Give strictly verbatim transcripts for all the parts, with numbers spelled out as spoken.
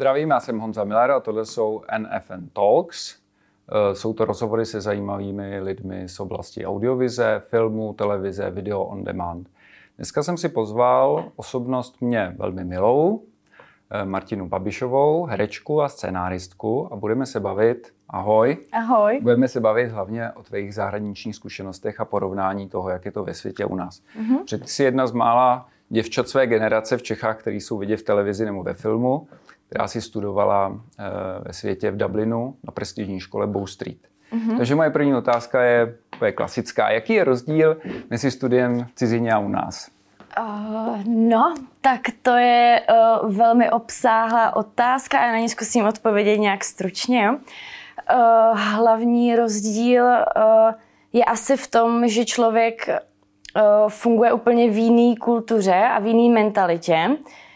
Zdravím, já jsem Honza Miller a tohle jsou N F N Talks. Jsou to rozhovory se zajímavými lidmi z oblasti audiovize, filmu, televize, video on demand. Dneska jsem si pozval osobnost mě velmi milou, Martinu Babišovou, herečku a scénáristku, a budeme se bavit, ahoj. Ahoj. Budeme se bavit hlavně o tvých zahraničních zkušenostech a porovnání toho, jak je to ve světě u nás. Uh-huh. Protože ty jsi jedna z mála děvčat své generace v Čechách, který jsou vidět v televizi nebo ve filmu, která si studovala e, ve světě v Dublinu na prestižní škole Bow Street. Uh-huh. Takže moje první otázka je, je klasická. Jaký je rozdíl mezi studiem v cizině a u nás? Uh, no, tak to je uh, velmi obsáhlá otázka a já na ní zkusím odpovědět nějak stručně. Uh, hlavní rozdíl uh, je asi v tom, že člověk uh, funguje úplně v jiné kultuře a v jiné mentalitě uh,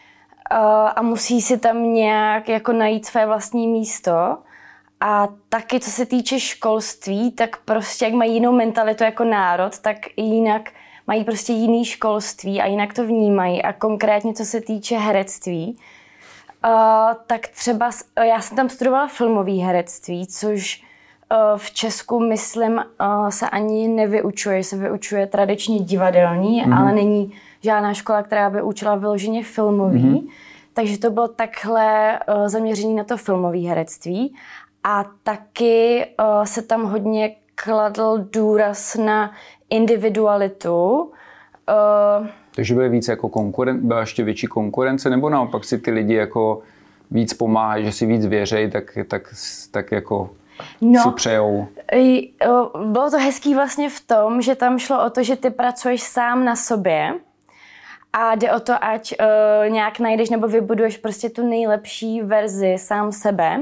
a musí si tam nějak jako najít své vlastní místo. A taky, co se týče školství, tak prostě jak mají jinou mentalitu jako národ, tak jinak mají prostě jiný školství a jinak to vnímají. A konkrétně, co se týče herectví, uh, tak třeba já jsem tam studovala filmové herectví, což uh, v Česku, myslím, uh, se ani nevyučuje. Se vyučuje tradičně divadelní, mm-hmm. ale není žádná škola, která by učila vyloženě filmový. Mm-hmm. Takže to bylo takhle uh, zaměřené na to filmové herectví. A taky uh, se tam hodně kladl důraz na individualitu. Uh, Takže byly víc jako konkuren, byla ještě větší konkurence, nebo naopak si ty lidi jako víc pomáhají, že si víc věřejí, tak, tak, tak jako no, si přejou? Bylo to hezký vlastně v tom, že tam šlo o to, že ty pracuješ sám na sobě a jde o to, ať uh, nějak najdeš nebo vybuduješ prostě tu nejlepší verzi sám sebe.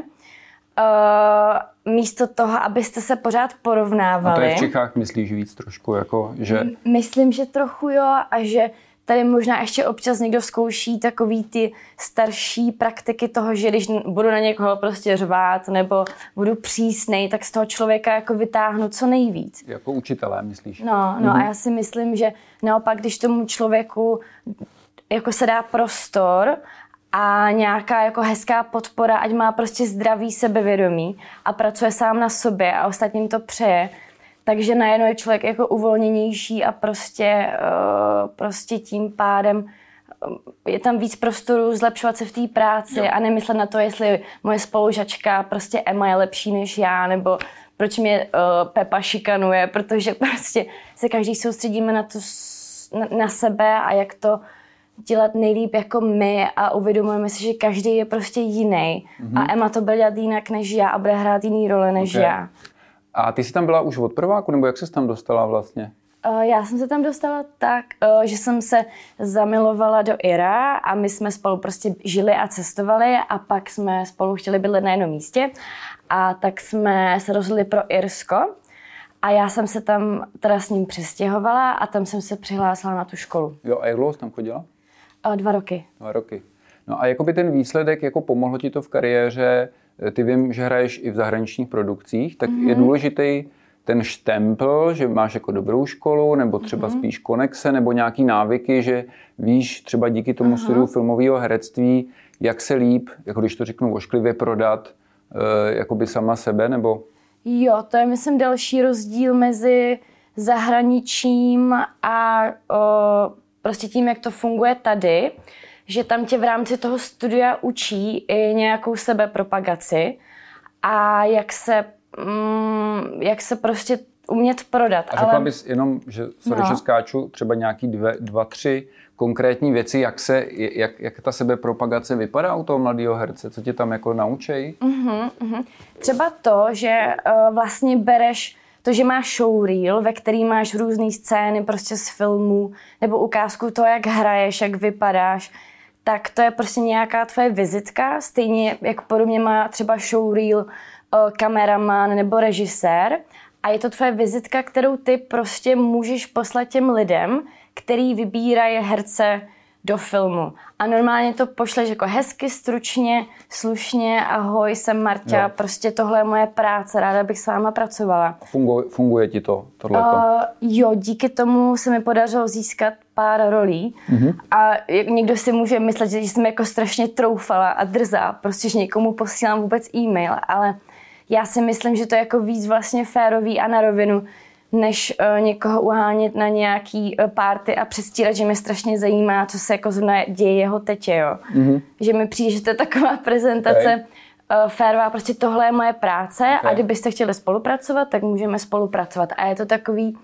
Uh, místo toho, abyste se pořád porovnávali. A to je v Čechách, myslíš víc trošku, jako, že... Myslím, že trochu jo, a že tady možná ještě občas někdo zkouší takový ty starší praktiky toho, že když budu na někoho prostě řvát nebo budu přísnej, tak z toho člověka jako vytáhnu co nejvíc. Jako učitelé, myslíš? No, no mm-hmm. a já si myslím, že naopak, když tomu člověku jako se dá prostor a nějaká jako hezká podpora, ať má prostě zdravý sebevědomí a pracuje sám na sobě a ostatním to přeje, takže najednou je člověk jako uvolněnější a prostě, uh, prostě tím pádem uh, je tam víc prostoru zlepšovat se v té práci jo. a nemyslet na to, jestli moje spolužačka prostě Emma je lepší než já, nebo proč mě uh, Pepa šikanuje, protože prostě se každý soustředíme na, to, na, na sebe a jak to dělat nejlíp jako my a uvědomujeme si, že každý je prostě jiný. Mm-hmm. A Emma to bude dělat jinak než já a bude hrát jiný role než okay. já. A ty jsi tam byla už od prváku, nebo jak jsi tam dostala vlastně? Uh, já jsem se tam dostala tak, uh, že jsem se zamilovala do Ira a my jsme spolu prostě žili a cestovali a pak jsme spolu chtěli bydlet na jednom místě a tak jsme se rozhodli pro Irsko a já jsem se tam teda s ním přestěhovala a tam jsem se přihlásila na tu školu. Jo, a jak dlouho jsi tam chodila? Dva roky. Dva roky. No a jakoby ten výsledek, jako pomohlo ti to v kariéře, ty vím, že hraješ i v zahraničních produkcích, tak mm-hmm. je důležitý ten štempl, že máš jako dobrou školu, nebo třeba mm-hmm. spíš konexe, nebo nějaký návyky, že víš třeba díky tomu uh-huh. studiu filmového herectví, jak se líp, jako když to řeknu ošklivě, prodat e, jakoby sama sebe, nebo... Jo, to je, myslím, další rozdíl mezi zahraničím a... O... prostě tím, jak to funguje tady, že tam tě v rámci toho studia učí i nějakou sebepropagaci a jak se, mm, jak se prostě umět prodat. A řekla ale... bys jenom, že, sorry, no. že skáču, třeba nějaký dvě, dva, tři konkrétní věci, jak, se, jak, jak ta sebepropagace vypadá u toho mladého herce, co tě tam jako naučí? Uh-huh, uh-huh. Třeba to, že uh, vlastně bereš to, že máš showreel, ve který máš různé scény prostě z filmů, nebo ukázku toho, jak hraješ, jak vypadáš, tak to je prostě nějaká tvoje vizitka, stejně jak podobně má třeba showreel kameraman nebo režisér. A je to tvoje vizitka, kterou ty prostě můžeš poslat těm lidem, který vybírají herce do filmu. A normálně to pošleš jako hezky, stručně, slušně, ahoj, jsem Marťa, jo. prostě tohle je moje práce, ráda bych s váma pracovala. Funguje, funguje ti to, tohleto? Uh, jo, díky tomu se mi podařilo získat pár rolí mm-hmm. a někdo si může myslet, že jsem jako strašně troufala a drzá, prostě, že někomu posílám vůbec e-mail, ale já si myslím, že to je jako víc vlastně férový a na rovinu, než uh, někoho uhánět na nějaký uh, party a přestírat, že mě strašně zajímá, co se jako zrovna děje jeho tetě, jo. Mm-hmm. Že mi přijde, že to je taková prezentace okay. uh, férová, prostě tohle je moje práce okay. a kdybyste chtěli spolupracovat, tak můžeme spolupracovat. A je to takový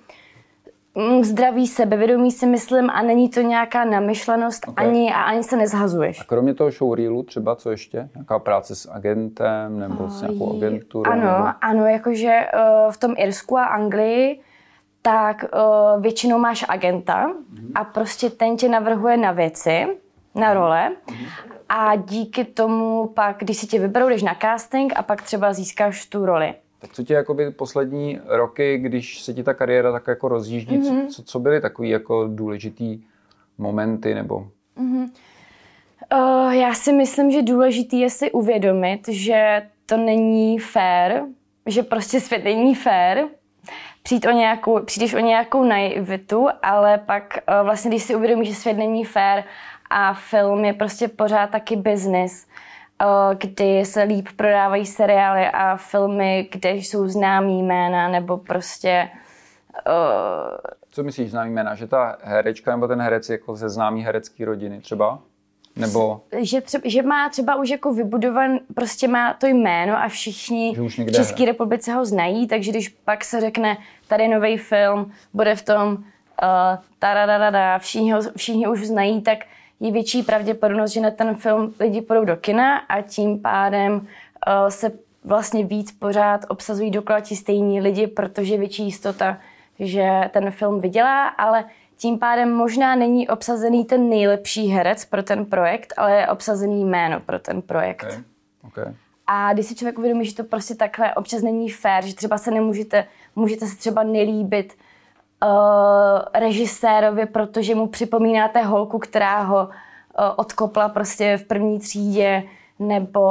mm, zdravý sebevědomí, si myslím, a není to nějaká namyšlenost okay. ani, a ani se nezhazuješ. A kromě toho showreelu třeba co ještě? Nějaká práce s agentem nebo uh, s nějakou agenturou? Ano, nebo... ano, jakože uh, v tom Irsku a Anglii tak uh, většinou máš agenta mm-hmm. a prostě ten tě navrhuje na věci, na role mm-hmm. a díky tomu pak, když si tě vyberou, jdeš na casting a pak třeba získáš tu roli. Tak co ti jakoby poslední roky, když se ti ta kariéra tak jako rozjíždí, mm-hmm. co, co byly takový jako důležitý momenty nebo... Mm-hmm. Uh, já si myslím, že důležitý je si uvědomit, že to není fér, že prostě svět není fér. Přijít o nějakou, přijdeš o nějakou naivitu, ale pak uh, vlastně, když si uvědomíš, že svět není fér a film je prostě pořád taky business, uh, kdy se líp prodávají seriály a filmy, kde jsou známý jména, nebo prostě... Uh, Co myslíš známý jména? Že ta herečka nebo ten herec je jako ze známý herecký rodiny třeba? Nebo... Že, třeba, že má třeba už jako vybudovan, prostě má to jméno a všichni v České republice ho znají, takže když pak se řekne, tady nový film, bude v tom uh, taradadada, všichni, ho, všichni už znají, tak je větší pravděpodobnost, že na ten film lidi půjdou do kina a tím pádem uh, se vlastně víc pořád obsazují dokola ti stejní lidi, protože je větší jistota, že ten film vydělá, ale tím pádem možná není obsazený ten nejlepší herec pro ten projekt, ale je obsazený jméno pro ten projekt. Okay. Okay. A když si člověk uvědomí, že to prostě takhle občas není fér, že třeba se nemůžete, můžete se třeba nelíbit uh, režisérovi, protože mu připomínáte holku, která ho uh, odkopla prostě v první třídě, nebo,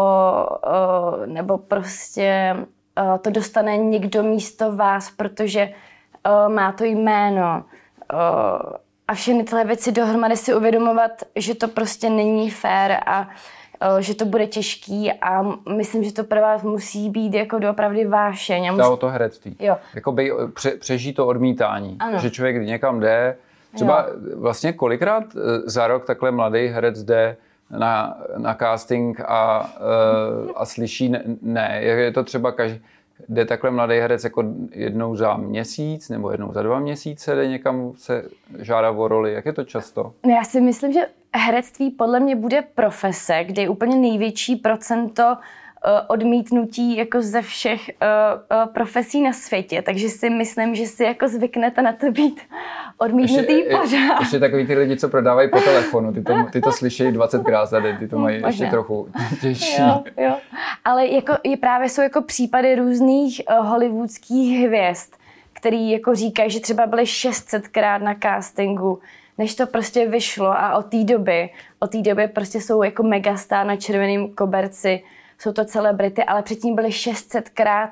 uh, nebo prostě uh, to dostane někdo místo vás, protože uh, má to jméno. Uh, a všechny tyhle věci dohromady si uvědomovat, že to prostě není fér a uh, že to bude těžký a myslím, že to pro vás musí být jako doopravdy vášeň. Musí... o to herectví. Jo. Jakoby pře- přežít to odmítání. Ano. Že člověk někam jde. Třeba jo. Vlastně kolikrát za rok takhle mladý herec jde na, na casting a, uh, a slyší ne, ne. Je to třeba každý... Jde takhle mladý herec jako jednou za měsíc nebo jednou za dva měsíce, jde někam se žádá o roli. Jak je to často? No já si myslím, že herectví podle mě bude profese, kde je úplně největší procento uh, odmítnutí jako ze všech uh, uh, profesí na světě. Takže si myslím, že si jako zvyknete na to být odmítnutý ještě, pořád. Ještě takový ty lidi, co prodávají po telefonu, ty to, ty to slyší dvacetkrát za den, ty to mají ještě trochu těžší. Jo, jo. Ale jako, je právě jsou jako případy různých uh, hollywoodských hvězd, který jako říkají, že třeba byly šest setkrát na castingu, než to prostě vyšlo a od té doby, od té doby prostě jsou jako megastar na červeném koberci, jsou to celebrity, ale předtím byly šest setkrát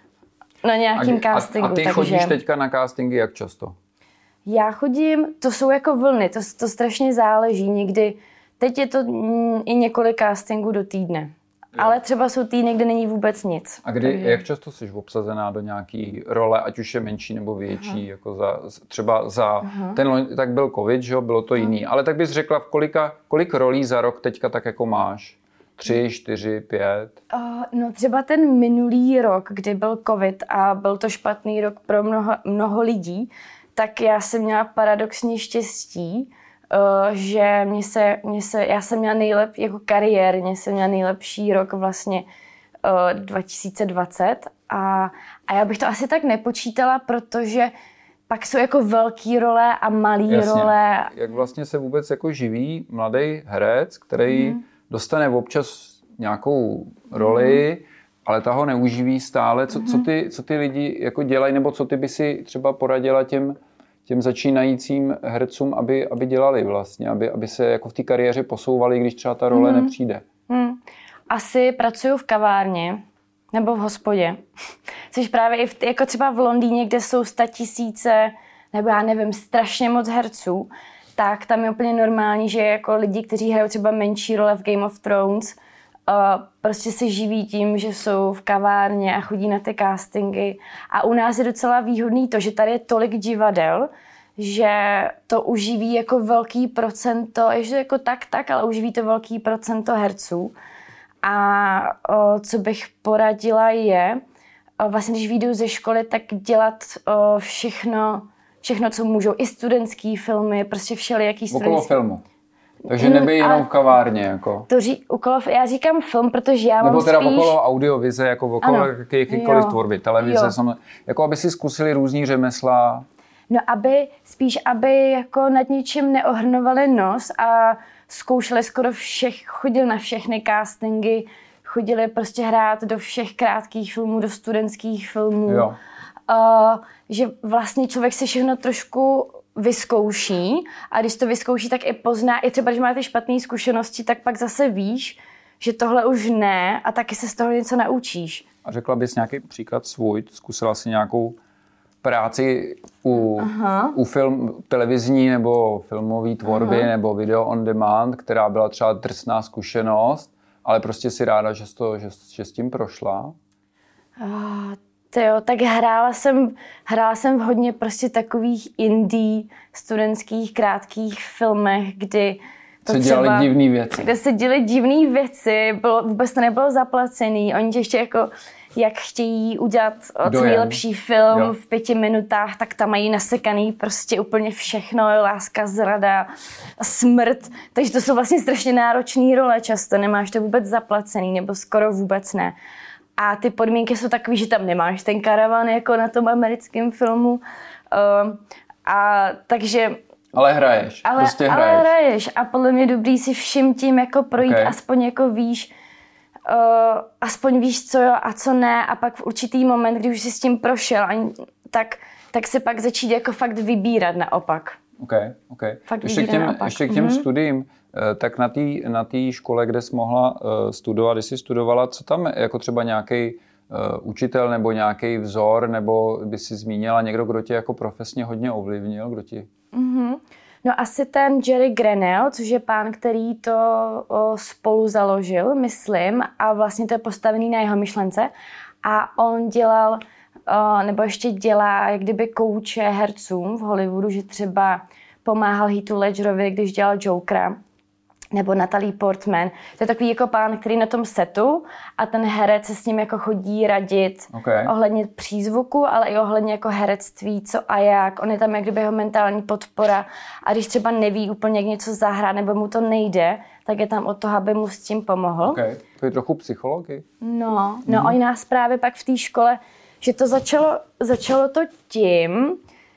na nějakým a, castingu. A, a ty takže... chodíš teďka na castingy jak často? Já chodím, to jsou jako vlny, to, to strašně záleží. Někdy, teď je to mm, i několik castingů do týdne. Jo. Ale třeba jsou týdny, kde není vůbec nic. A kdy, takže... jak často jsi obsazená do nějaký role, ať už je menší nebo větší, Aha. jako za, třeba za, Aha. ten tak byl covid, že jo, bylo to Aha. jiný. Ale tak bys řekla, v kolika, kolik rolí za rok teďka tak jako máš? Tři, čtyři, pět? Uh, no třeba ten minulý rok, kdy byl covid a byl to špatný rok pro mnoho, mnoho lidí, tak já jsem měla paradoxně štěstí, uh, že mě se, mě se, já jsem měla nejlepší, jako kariérně jsem měla nejlepší rok vlastně uh, dva tisíce dvacet a, a já bych to asi tak nepočítala, protože pak jsou jako velký role a malý Jasně. role. Jak vlastně se vůbec jako živí mladý herec, který mm. dostane občas nějakou roli, mm. ale ta ho neuživí stále. Co, mm. co, ty, co ty lidi jako dělají, nebo co ty by si třeba poradila těm, těm začínajícím hercům, aby, aby dělali vlastně, aby, aby se jako v té kariéře posouvali, když třeba ta role mm. nepřijde? Mm. Asi pracuju v kavárně nebo v hospodě. Což právě i v, jako třeba v Londýně, kde jsou statisíce, nebo já nevím, strašně moc herců, tak tam je úplně normální, že jako lidi, kteří hrají třeba menší role v Game of Thrones, uh, prostě se živí tím, že jsou v kavárně a chodí na ty castingy. A u nás je docela výhodný to, že tady je tolik divadel, že to uživí jako velký procento, ještě jako tak, tak, ale uživí to velký procento herců. A o, co bych poradila je, o, vlastně když vyjdu ze školy, tak dělat o, všechno, všechno, co můžou. I studentský filmy, prostě všelijaký studentský. Okolo filmu. Takže nebej jenom v kavárně. Jako. To ří, okolo, já říkám film, protože já Nebo mám teda spíš... okolo audiovize, jako okolo jakýkoliv tvorby, televize, samozřejmě, jako aby si zkusili různý řemesla. No, aby spíš, aby jako nad ničím neohrnovali nos a zkoušeli skoro všech, chodili na všechny castingy, chodili prostě hrát do všech krátkých filmů, do studentských filmů. Jo. Uh, že vlastně člověk si všechno trošku vyzkouší a když to vyzkouší, tak i pozná, i třeba když máte špatné zkušenosti, tak pak zase víš, že tohle už ne a taky se z toho něco naučíš. A řekla bys nějaký příklad svůj? Zkusila jsi nějakou práci u, u film, televizní nebo filmové tvorby Aha. nebo video on demand, která byla třeba drsná zkušenost, ale prostě si ráda, že, to, že, že s tím prošla? Uh, tyjo, tak hrála jsem, hrála jsem v hodně prostě takových indie studentských krátkých filmech, kdy to se třeba, dělaly divný věci. Kde se děly divný věci, bylo, vůbec to nebylo zaplacený, oni ještě jako jak chtějí udělat co nejlepší film jo. v pěti minutách, tak tam mají nasekaný prostě úplně všechno, láska, zrada, smrt. Takže to jsou vlastně strašně náročné role často, nemáš to vůbec zaplacený, nebo skoro vůbec ne. A ty podmínky jsou takové, že tam nemáš ten karavan jako na tom americkém filmu. Uh, a takže... Ale hraješ, ale, prostě ale hraješ. hraješ. A podle mě dobrý si všim tím jako projít, okay. aspoň jako víš, Uh, aspoň víš, co jo a co ne a pak v určitý moment, když už jsi s tím prošel, tak, tak si pak začít jako fakt vybírat naopak. Ok, ok. Fakt ještě k těm, naopak. ještě k těm mm-hmm. studiím, tak na té na té škole, kde jsi mohla uh, studovat, když jsi studovala, co tam jako třeba nějaký uh, učitel nebo nějaký vzor, nebo by si zmínila někdo, kdo tě jako profesně hodně ovlivnil, kdo ti... Mm-hmm. No asi ten Jerry Grenell, což je pán, který to o, spolu založil, myslím, a vlastně to je postavený na jeho myšlence. A on dělal, o, nebo ještě dělá, jak kdyby kouče hercům v Hollywoodu, že třeba pomáhal Heathu Ledgerovi, když dělal Jokera, nebo Natalie Portman. To je takový jako pán, který na tom setu a ten herec se s ním jako chodí radit okay. ohledně přízvuku, ale i ohledně jako herectví, co a jak. On je tam jak kdyby jeho mentální podpora a když třeba neví úplně, jak něco zahrát nebo mu to nejde, tak je tam od toho, aby mu s tím pomohl. Okay. To je trochu psychologi. No, no mm. oni nás právě pak v té škole, že to začalo, začalo to tím,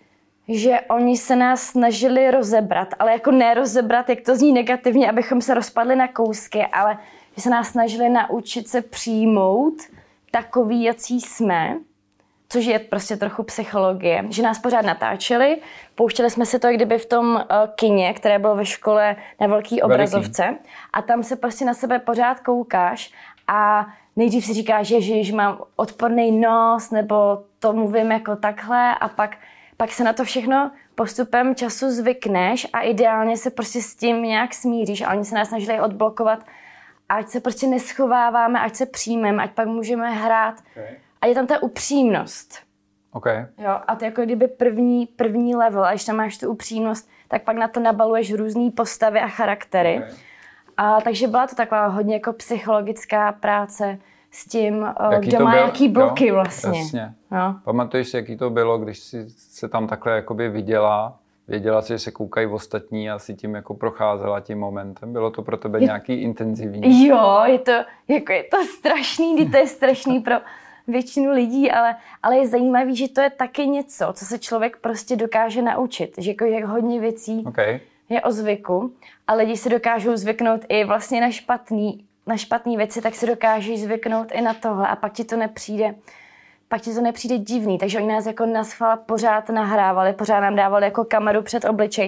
že oni se nás snažili rozebrat, ale jako ne rozebrat, jak to zní negativně, abychom se rozpadli na kousky, ale že se nás snažili naučit se přijmout takový, jací jsme, což je prostě trochu psychologie, že nás pořád natáčeli, pouštěli jsme si to jak kdyby v tom uh, kině, které bylo ve škole na velký obrazovce Veliký. A tam se prostě na sebe pořád koukáš a nejdřív si říkáš, že ježiš, mám odporný nos, nebo to mluvím jako takhle a pak Pak se na to všechno postupem času zvykneš a ideálně se prostě s tím nějak smíříš. A oni se nás snažili odblokovat, ať se prostě neschováváme, ať se přijmeme, ať pak můžeme hrát. Okay. A je tam ta upřímnost. Okay. Jo, a to je jako kdyby první, první level. A když tam máš tu upřímnost, tak pak na to nabaluješ různý postavy a charaktery. Okay. A takže byla to taková hodně jako psychologická práce s tím, jaký kdo má byl, jaký bloky jo, vlastně. Jasně. No. Pamatuješ si, jaký to bylo, když si se tam takhle jakoby viděla, věděla si, že se koukají ostatní a si tím jako procházela tím momentem? Bylo to pro tebe je, nějaký intenzivní? Jo, je to, jako je to strašný, to je strašný pro většinu lidí, ale, ale je zajímavý, že to je taky něco, co se člověk prostě dokáže naučit. Že jako jak hodně věcí okay. je o zvyku a lidi si dokážou zvyknout i vlastně na špatný na špatné věci, tak si dokážeš zvyknout i na tohle a pak ti to nepřijde, pak ti to nepřijde divný. Takže oni nás jako naschvál pořád nahrávali, pořád nám dávali jako kameru před obličej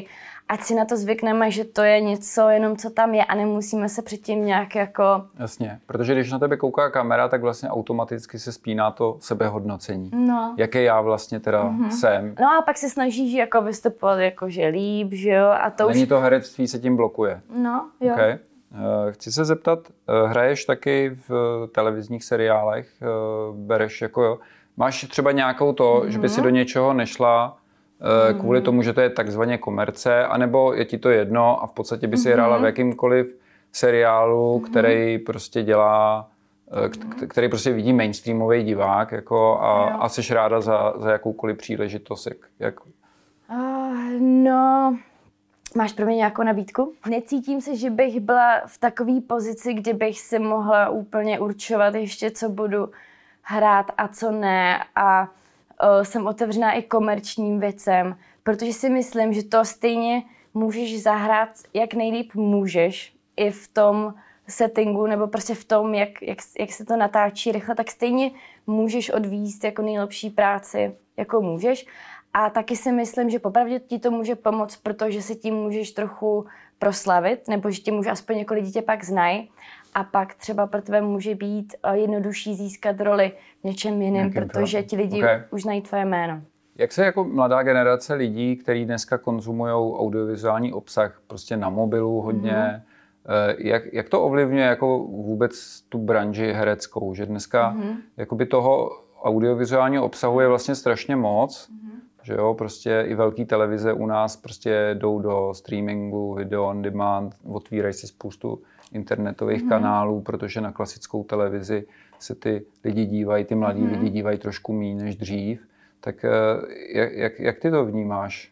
ať si na to zvykneme, že to je něco jenom, co tam je a nemusíme se předtím nějak jako... Jasně, protože když na tebe kouká kamera, tak vlastně automaticky se spíná to sebehodnocení. No. Jaké já vlastně teda mm-hmm. jsem. No a pak se snažíš jako vystupovat jakože líp, že jo? A to Není už... to herectví, se tím blokuje. No, jo. Okay. Chci se zeptat, hraješ taky v televizních seriálech, bereš jako jo, máš třeba nějakou to, mm-hmm. že by si do něčeho nešla mm-hmm. kvůli tomu, že to je takzvaně komerce, anebo je ti to jedno a v podstatě by si mm-hmm. hrála v jakýmkoliv seriálu, mm-hmm. který prostě dělá, mm-hmm. který prostě vidí mainstreamový divák jako a, a jsi ráda za, za jakoukoliv příležitost. Jak, jak... Uh, no... Máš pro mě nějakou nabídku? Necítím se, že bych byla v takové pozici, kdy bych si mohla úplně určovat ještě, co budu hrát a co ne. A uh, jsem otevřená i komerčním věcem, protože si myslím, že to stejně můžeš zahrát, jak nejlíp můžeš, i v tom settingu, nebo prostě v tom, jak, jak, jak se to natáčí rychle, tak stejně můžeš odvízt jako nejlepší práci, jako můžeš. A taky si myslím, že popravdě ti to může pomoct, protože si tím můžeš trochu proslavit, nebo že ti může aspoň jako lidi tě pak znají. A pak třeba pro tebe může být jednodušší získat roli v něčem jiném, protože ti lidi okay. už znají tvoje jméno. Jak se jako mladá generace lidí, kteří dneska konzumují audiovizuální obsah prostě na mobilu hodně, mm-hmm. jak, jak to ovlivňuje jako vůbec tu branži hereckou? Že dneska mm-hmm. jakoby toho audiovizuálního obsahu je vlastně strašně moc, mm-hmm. že jo, prostě i velké televize u nás prostě jdou do streamingu, video on demand, otvírají si spoustu internetových mm-hmm. kanálů, protože na klasickou televizi se ty lidi dívají, ty mladí mm-hmm. lidi dívají trošku méně než dřív. Tak jak, jak, jak ty to vnímáš?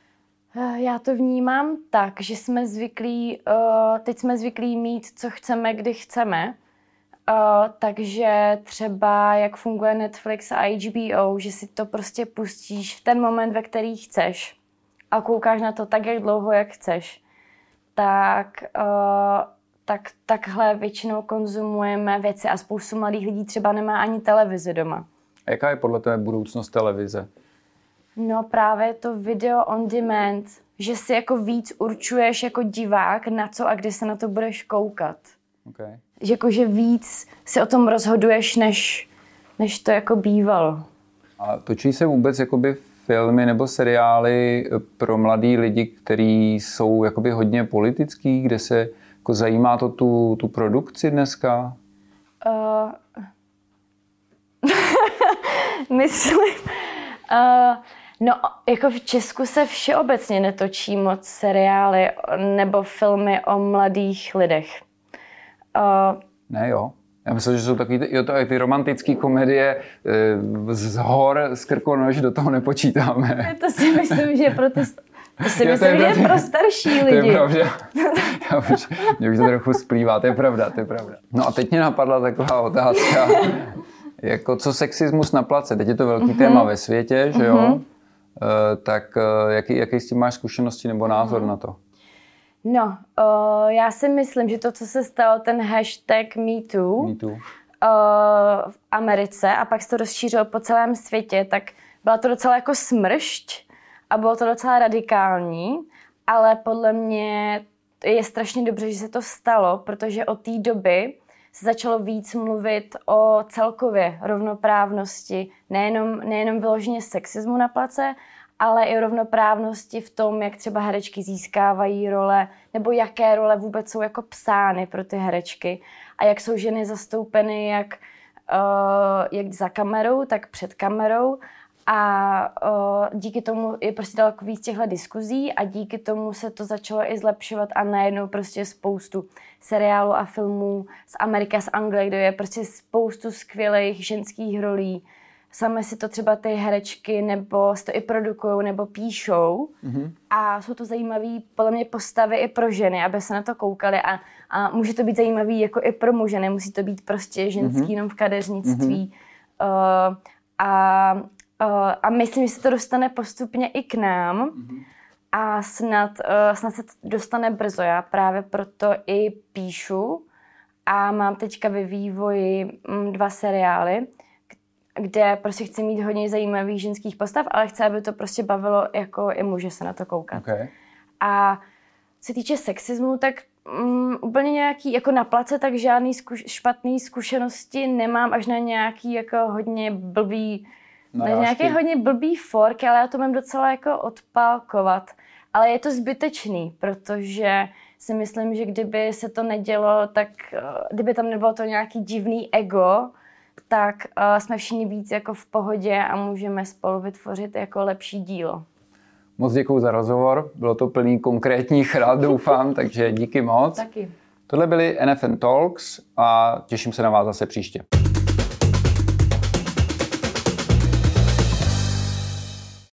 Já to vnímám tak, že jsme zvyklí, teď jsme zvyklí mít, co chceme, kdy chceme. Uh, takže třeba jak funguje Netflix a H B O, že si to prostě pustíš v ten moment, ve který chceš a koukáš na to tak, jak dlouho, jak chceš, tak, uh, tak takhle většinou konzumujeme věci a spoustu mladých lidí třeba nemá ani televizi doma. A jaká je podle tebe budoucnost televize? No právě to video on demand, že si jako víc určuješ jako divák, na co a kdy se na to budeš koukat. Okay. Že jakože víc si o tom rozhoduješ, než, než to jako bývalo. A točí se vůbec jakoby filmy nebo seriály pro mladý lidi, kteří jsou jakoby hodně politický, kde se jako zajímá to tu, tu produkci dneska? Uh, myslím... Uh, no, jako v Česku se všeobecně netočí moc seriály nebo filmy o mladých lidech. Uh, ne, jo. Já myslím, že jsou takový ty, jo, to, ty romantické komedie z hor, z Krkonoš, do toho nepočítáme. To si myslím, že je pro ty, to si jo, myslím, to je, že je pro starší lidi. To je pravda. Já už, mě už to trochu splývá, to je pravda, to je pravda. No a teď mě napadla taková otázka, jako co sexismus na place. Teď je to velký mm-hmm. téma ve světě, že jo? Mm-hmm. Uh, tak uh, jaký, jaký s tím máš zkušenosti nebo názor mm-hmm. na to? No, uh, já si myslím, že to, co se stalo, ten hashtag MeToo, Me too. Uh, v Americe a pak se to rozšířilo po celém světě, tak byla to docela jako smršť a bylo to docela radikální, ale podle mě je strašně dobře, že se to stalo, protože od té doby se začalo víc mluvit o celkově rovnoprávnosti, nejenom, nejenom vyloženě sexismu na place, ale i rovnoprávnosti v tom, jak třeba herečky získávají role, nebo jaké role vůbec jsou jako psány pro ty herečky a jak jsou ženy zastoupeny jak, uh, jak za kamerou, tak před kamerou. A uh, díky tomu je prostě daleko víc těchto diskuzí a díky tomu se to začalo i zlepšovat a najednou prostě spoustu seriálů a filmů z Ameriky a z Anglie, kde je prostě spoustu skvělých ženských rolí. Samé si to třeba ty herečky nebo si to i produkujou nebo píšou mm-hmm. a jsou to zajímavé podle mě postavy i pro ženy, aby se na to koukali a, a může to být zajímavý jako i pro muže, nemusí to být prostě ženský mm-hmm. jenom v kadeřnictví. Mm-hmm. Uh, a, uh, a myslím, že se to dostane postupně i k nám mm-hmm. a snad, uh, snad se to dostane brzo. Já právě proto i píšu a mám teďka ve vývoji mm, dva seriály, kde prostě chci mít hodně zajímavých ženských postav, ale chci, aby to prostě bavilo jako i muže se na to koukat. Okay. A co se týče sexismu, tak um, úplně nějaký, jako na place, tak žádný zkuš, špatný zkušenosti nemám, až na nějaký jako hodně blbý, na nějaký hodně blbý fork, ale já to mám docela jako odpálkovat. Ale je to zbytečný, protože si myslím, že kdyby se to nedělo, tak kdyby tam nebylo to nějaký divný ego, tak uh, jsme všichni víc jako v pohodě a můžeme spolu vytvořit jako lepší dílo. Moc děkuju za rozhovor, bylo to plný konkrétních rád, doufám, takže díky moc. Taky. Tohle byly N F N Talks a těším se na vás zase příště.